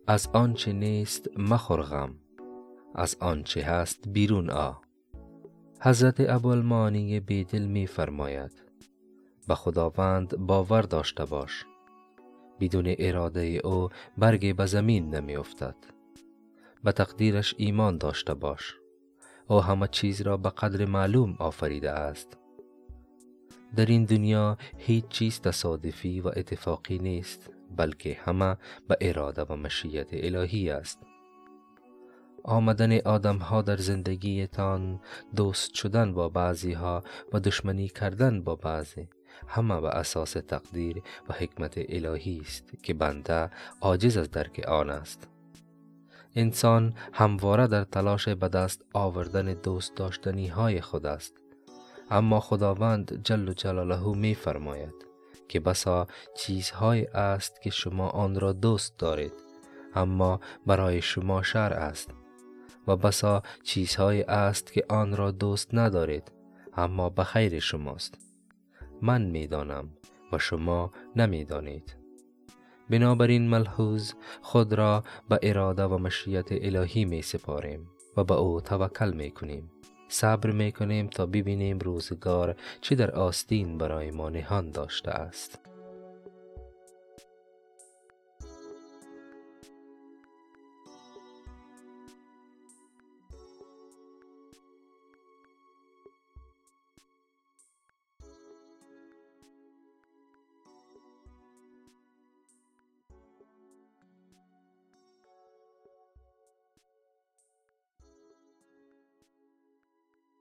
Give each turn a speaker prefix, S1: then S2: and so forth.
S1: از آنچه نیست مخور غم، از آنچه هست بیرون آ. حضرت ابوالمعانی بیدل می فرماید به خداوند باور داشته باش، بدون اراده او برگی به زمین نمی افتد. به تقدیرش ایمان داشته باش، او همه چیز را به قدر معلوم آفریده است. در این دنیا هیچ چیز تصادفی و اتفاقی نیست، بلکه همه به اراده و مشیت الهی است. آمدن آدم ها در زندگی تان، دوست شدن با بعضی ها و دشمنی کردن با بعضی، همه به اساس تقدیر و حکمت الهی است که بنده عاجز از درک آن است. انسان همواره در تلاش به دست آوردن دوست داشتنی های خود است، اما خداوند جل جلاله می فرماید که بسا چیزهای است که شما آن را دوست دارید اما برای شما شر است، و بسا چیزهای است که آن را دوست ندارید اما به خیر شماست. من میدانم و شما نمیدانید. بنابراین ملحوظ خود را به اراده و مشیت الهی می سپاریم و به او توکل می کنیم. صبر می کنیم تا ببینیم روزگار چی در آستین برای ما نهان داشته است.